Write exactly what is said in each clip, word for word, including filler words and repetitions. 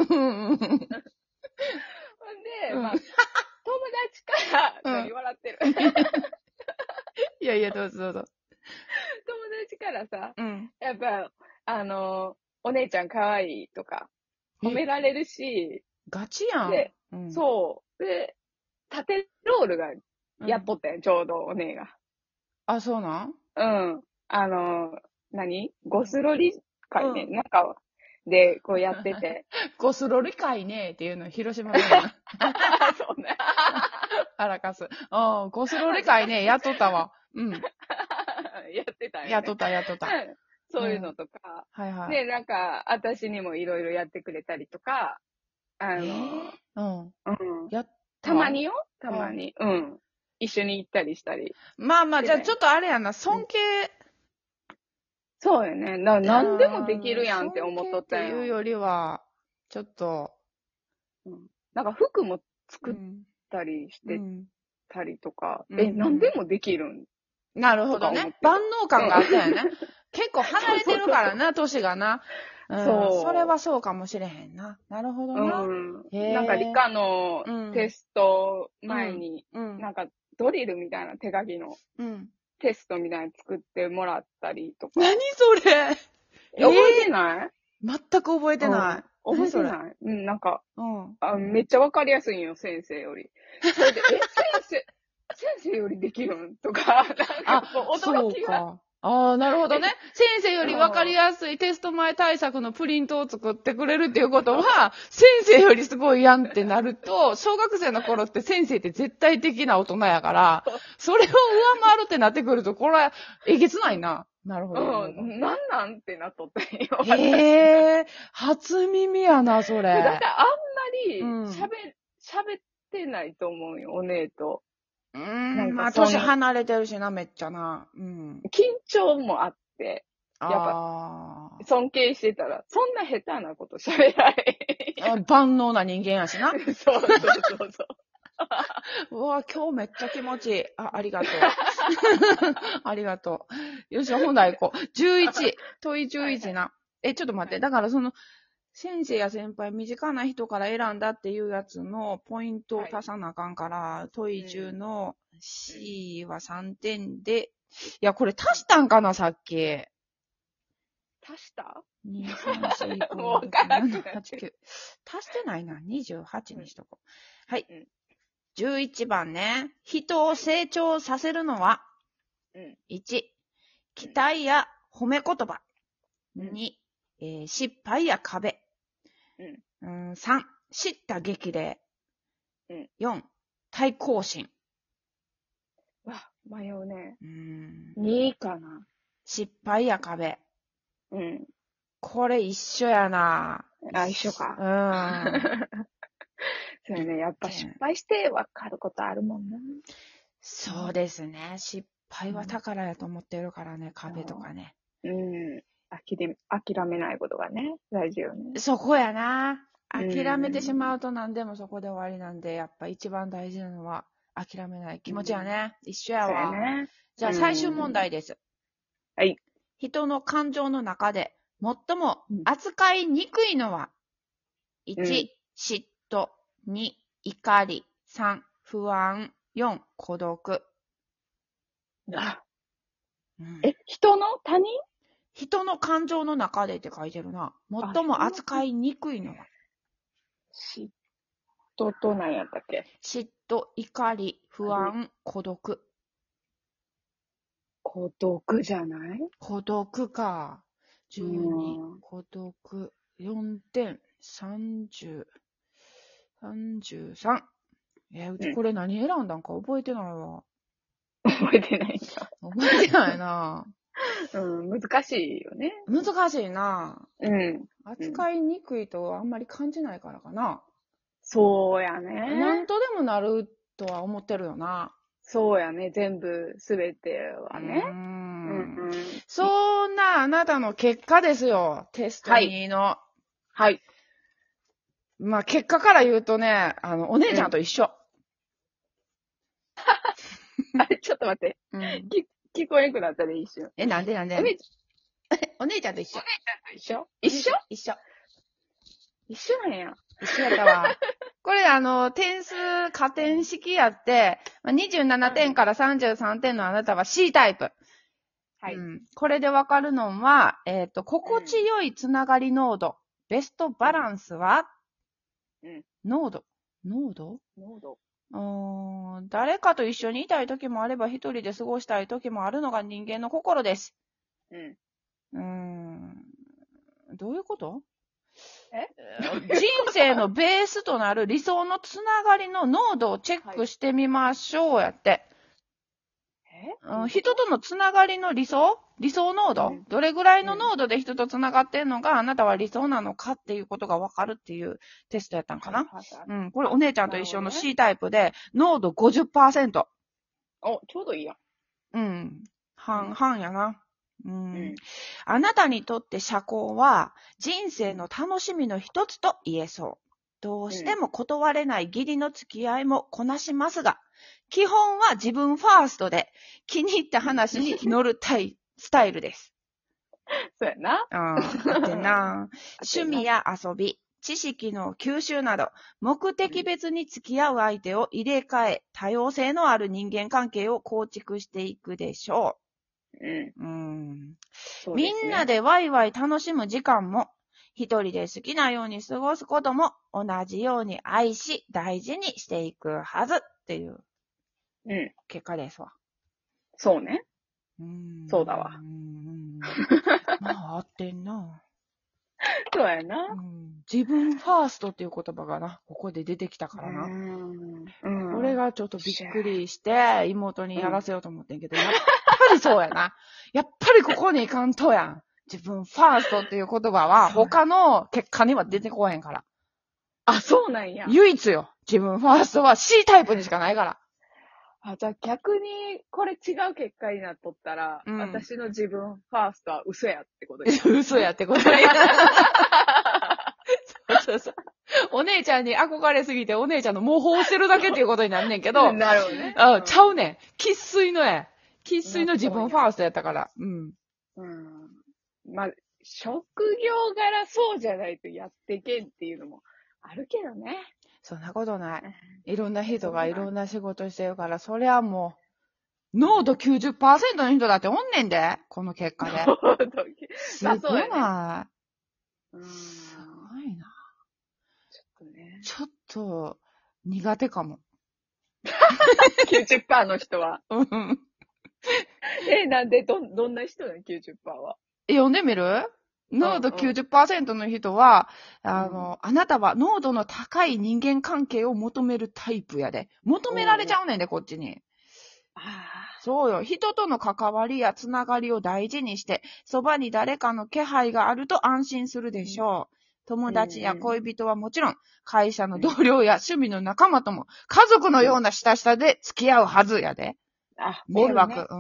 うんうん。 ほんで、 うんまあ、友達から、何笑ってる、 いやいや、どうぞどうぞ。 友達からさ、 うん。 やっぱ、あの、お姉ちゃん可愛いとか、褒めえ、 られるし、 ガチやん。 で、 うん、 そう。で、縦ロールがやっうん。 とったよ、ちょうどお姉が。 あ、そうなん？ うん。あの、何ゴスロリ会ね、 うん。 なんか、で、こうやってて。 ゴスロリ会ねっていうの広島弁やな。 そうね。 あらかす。うん、ゴスロリ会ね、やっとったわ。うん。 やってたよね。 やっとった、やっとった。 うんそういうのとか。 はいはい。 で、なんか、私にもいろいろやってくれたりとか、あえの、 ー、うん。 うん。 やったたまによたうん。 まに。うん。一緒に行ったりしたりまあまあ、じゃあしてたよ。 ちょっとあれやな、尊敬、 そうよね。な、なんでもできるうん、 やんって尊思っと敬ってったよ。 いうよりは、ちょっと、 うん。なんか服も作っうん、 たりしてうん、 たりとか、 うん、 え、なんでうもできるんん。なるほとかどね。 思ってた。 万能感があったよね。結構離れてそうそうそうそう。 るからな、年がな。うん、それそはそうかもしれへんな。なるほどう。 な。 うん。 へなんか理え。 科のうん、 テストうん、 前に、 うん、 なんかドリルみたいな手書きのうん。 テストみたいなの作ってもらったりと何か。 それ？ え、覚えええてないー、全く覚えてうん。 ない。何覚えそれ？ てないうん、なんか、 うん。 あ、めっちゃわかりやすいんよ、先生より。それで、え、先生、先生よりできるんとか、なんかあ、 こう、驚そうきが。 か。ああ、なるほどね。先生より分かりうんやすいテスト前対策のプリントを作ってくれるっていうことは、先生よりすごいやんってなると、小学生の頃って先生って絶対的な大人やから、それを上回るってなってくると、これはえげつないな。なるほうど、なるほど。 ん、なんなんってなっとったんよ、私。 へえ、初耳やな、そだってれ。 あんまりうん。 喋、喋ってないと思うよ、お姉と。 うーなんん、まあ、 かそん、 年離れてるしな、めっちゃな。うん。 緊張もあって、やっぱああ。 尊敬してたら、そんな下手なこと喋られあ万能な人間やしな。 へん。そうそうそうそう。 うわ、今日めっちゃ気持ちいい。あ、ありがとう。ありがとう。よし、本題行こう。じゅういち。問いじゅういちな。え、ちょっと待って。 はいだからその、先生や先輩、身近な人から選んだっていうやつのポイントを足さなあかんから、問いじゅうの C はさんてんで、いや、これ足したんかな、さっき。 足したに、さん、よん、ご、 もうわろく、 からんくなな、はち、 なってる。 きゅう。足してないな。にじゅうはちにしとこう。はい。 うんじゅういちばんね。人を成長させるのは、 うん。 いち、期待や褒め言葉。 うんに、えー失敗や壁。 うん。 うん、さん、叱咤激励。 うん。 よん、対抗心。 わ、迷うね。 うん、 にかな。 失敗や壁。 うん。 これ一緒やな。 あ、一緒か。 うん。 そうやね。やっぱ失敗して分かることあるもんな。 そうですね。失敗は宝やと思ってるからね、壁とかね。 うん。諦め、諦めないことがね、大事よね。 そこやな。諦めてしまううと何でもそこで終わりなんで、やっぱ一番大事なのは諦めない気持ちやね。一緒やそうやわ。 ね。 じゃあ最終問題です。 はい。 人の感情の中で最も扱いにくいのは、いち、嫉妬、に、怒り、さん、不安、よん、孤独。 あ、 うんえ、人の他人人の感情の中でって書いてるな。最も扱いにくいのは、 嫉妬と何やったっけ嫉妬、怒り、不安、孤独。 孤独じゃない孤独か。じゅうに、 うん孤独、よんてん、さんじゅう、さんじゅうさん。え、うちこれ何選んだんか覚えてないわ。 覚えてないんだ。 覚えてないな。 うん、難しいよね。 難しいな。 うん。 扱いにくいとあんまり感じないからかな。 そうやね。 なんとでもなるとは思ってるよな。 そうやね。全部、すべてはね。 うーうんん。 うん。 そんなあなたの結果ですよ。テストにの。 はい。 まあ結果から言うとね、あの、お姉ちゃんと一緒。 あれ、ちょっと待って。 うん。 聞、聞こえなくなったで一瞬。 え、なんでなんでお姉ちお姉ちゃんと一緒。 ゃんと一緒一緒一緒。 一緒なんや。 一緒やったわ。これあの、点数加点式やって、にじゅうななてんからさんじゅうさんてんのあなたは C タイプ。 はい。 うん、これでわかるのは、えっ、と、心地よいつながり濃度。ベストバランスは、 うん。 濃度。濃度濃度。 うーん、誰かと一緒にいたい時もあれば一人で過ごしたい時もあるのが人間の心です。 うん。 うーん、どういうことえ人生のベースとなる理想のつながりの濃度をチェックしてみましょうやって。 えうん、人とのつながりの理想理想濃度、 うん、 どれぐらいの濃度で人とつながってんのが、あなたは理想なのかっていうことがわかるっていうテストやったんかな、はいはいはい、うん。これお姉ちゃんと一緒の C タイプで、濃度 ごじゅっパーセント。 お、ちょうどいいや。 うん。半々やな。うん、 うん。 あなたにとって社交は人生の楽しみの一つと言えそう。どうしても断れない義理の付き合いもこなしますが、基本は自分ファーストで気に入った話に乗るタイスタイルです。 そうやな。 うん。あってな。趣味や遊び、知識の吸収など、目的別に付き合う相手を入れ替え、多様性のある人間関係を構築していくでしょう。うん。うんそうですね、みんなでワイワイ楽しむ時間も、一人で好きなように過ごすことも同じように愛し、大事にしていくはずっていう結果ですわ。うん、 そうね。 うん。 そうだわ。 うんまあ、合ってんな。 そうやな、 うん。自分ファーストっていう言葉がな、ここで出てきたからな。うんうん、これがちょっとびっくりして、妹にやらせようと思ってんけど、うん、やっぱりそうやな。やっぱりここにいかんとやん。自分ファーストっていう言葉は他の結果には出てこへんから。 あ、そうなんや。 唯一よ。自分ファーストは C タイプにしかないから。 あ、じゃあ逆にこれ違う結果になっとったら、うん、私の自分ファーストは嘘やってことです、 ね。嘘やってことや。そうそうそう。お姉ちゃんに憧れすぎてお姉ちゃんの模倣してるだけっていうことになんねんけど。 なるほどね。 あ、ちゃうねん。生粋のや。生粋の自分ファーストやったから。うん。 うん。まあ、職業柄そうじゃないとやっていけんっていうのもあるけどね。 そんなことない。いろんな人がいろんな仕事してるから、そりゃもう、濃度 きゅうじゅっパーセント の人だっておんねんで、この結果で。すごい。まあそうやね、うん、すごいな。 ちょっとね。 ちょっと、苦手かも。 きゅうじゅっパーセント の人は。え、なんで、ど、どんな人なの ?きゅうじゅっパーセント は。 え、読んでみる濃度 きゅうじゅっパーセント の人は、うんうん、あの、あなたは濃度の高い人間関係を求めるタイプやで。求められちゃうねんで、こっちに。ああ。そうよ。人との関わりやつながりを大事にして、そばに誰かの気配があると安心するでしょう。うん、友達や恋人はもちろん、会社の同僚や趣味の仲間とも、家族のような親しさで付き合うはずやで。あ、迷惑。ね、うん。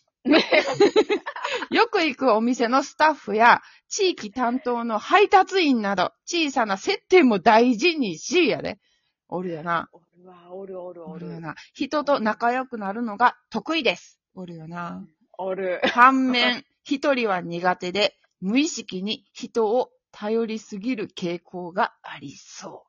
よく行くお店のスタッフや地域担当の配達員など小さな接点も大事にしやで。おるよな。 おるわ、おるおるおる。 おるよな。人と仲良くなるのが得意です。おるよな。 おる。 反面、一人は苦手で無意識に人を頼りすぎる傾向がありそう。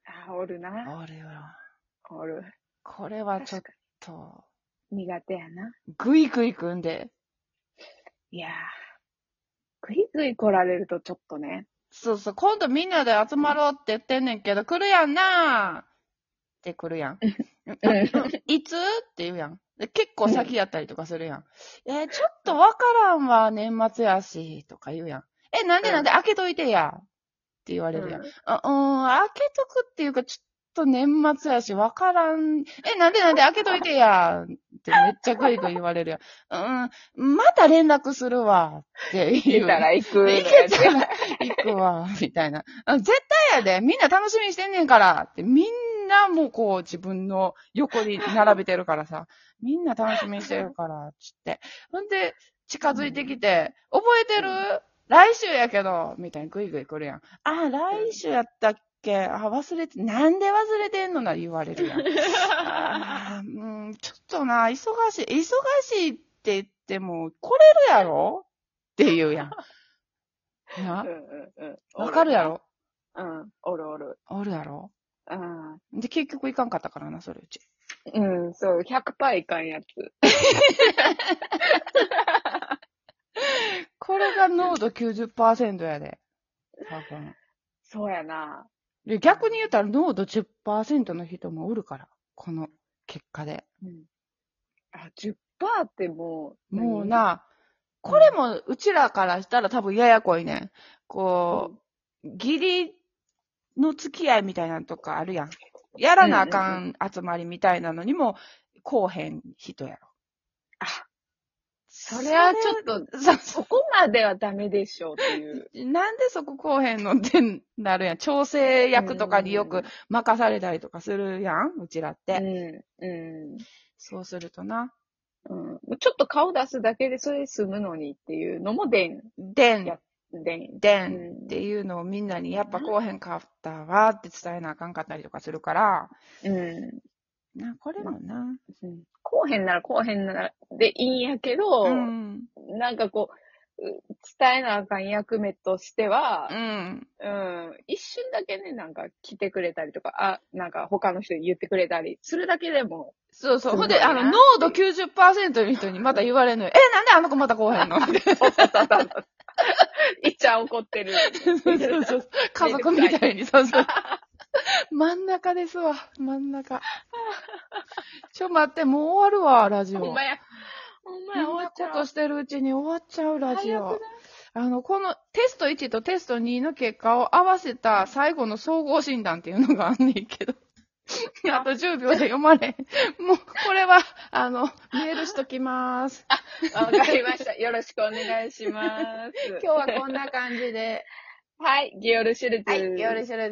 あ、おるな。 おるよ。 おる。 これはちょっと。 苦手やな。 ぐいぐいくんで。 いやー、ぐいぐい来られるとちょっとね。 そうそう、今度みんなで集まろうって言ってんねんけど、来るやんなーって来るやん。いつって言うやん。結構先やったりとかするやん。えー、ちょっとわからんわ、年末やし、とか言うやん。え、なんでなんで開けといてや。って言われるやん。うん、あうん、開けとくっていうか、ちょっと年末やし、わからん。え、なんでなんで開けといてや。ってめっちゃグイグイ言われるやん。うん、また連絡するわ。って言う。 行けたら行く。 行けたら行くわ。みたいな。絶対やで。みんな楽しみにしてんねんから。ってみんなもこう自分の横に並べてるからさ。みんな楽しみにしてるから。つって。ほんで、近づいてきて、覚えてる、うん来週やけど、みたいにグイグイ来るやん。あ、来週やったっけあ、忘れて、なんで忘れてんのな、言われるやん。あうん、ちょっとな、忙しい、忙しいって言っても、来れるやろって言うやん。な、わかるやろうん。おるおる。 おるやろ。 うん。 で、結局いかんかったからな、それうち。 うん、そう、ひゃくパーセントいかんやつ。 これが濃度きゅうじゅっパーセントやで。多分。 そうやな。 で逆に言うたら濃度じゅっパーセントの人もおるから。この結果で。 うん。あ、じゅっパーセントってもう、 もう何、 な、これもうちらからしたら多分ややこいねん。こう、義理の付き合いみたいなのとかあるやん。やらなあかん集まりみたいなのにも、こうへん人やろ。 あ、それはちょっと、 そそこまではダメでしょうっていう。 なんでそここうへんのってなるやん。調整役とかによく任されたりとかするやん、うちらっうて。 ん、うん。 そうするとな。 うん、ちょっと顔出すだけでそれで済むのにっていうのもでん。 でん、 や、でん。 でんっていうのをみんなにやっぱこうへんかったわって伝えなあかんかったりとかするから、 うん。 な、これもな。 うん、こうへんならこうへんならでいいんやけど、 うん。 なんかこう、伝えなあかん役目としては、 うん。 うん、一瞬だけね、なんか来てくれたりとか、あ、なんか他の人に言ってくれたりするだけでも、 そうそう。ほんで、 すごいなあの、濃度きゅうじゅっパーセントの人にまた言われるのよ。え、なんであの子またこうへんのって。 そうそうそうそう。いっちゃん怒ってる。 そうそうそう。家族みたいに、そうそう。真ん中ですわ、真ん中。ちょ、待って、もう終わるわ、ラジオ。 ほんまや。ほんまや、 こんな終わっちゃう。 ことしてるうちに終わっちゃう、ラジオ早くない。 あの、このテストいちとテストにの結果を合わせた最後の総合診断っていうのがあんねんけど。あとじゅうびょうで読まれん。もう、これは、あの、メールしときます。 わかりました。よろしくお願いします。 今日はこんな感じで。 はい、ギオルシュルツ。 はい、よろしくお願いします。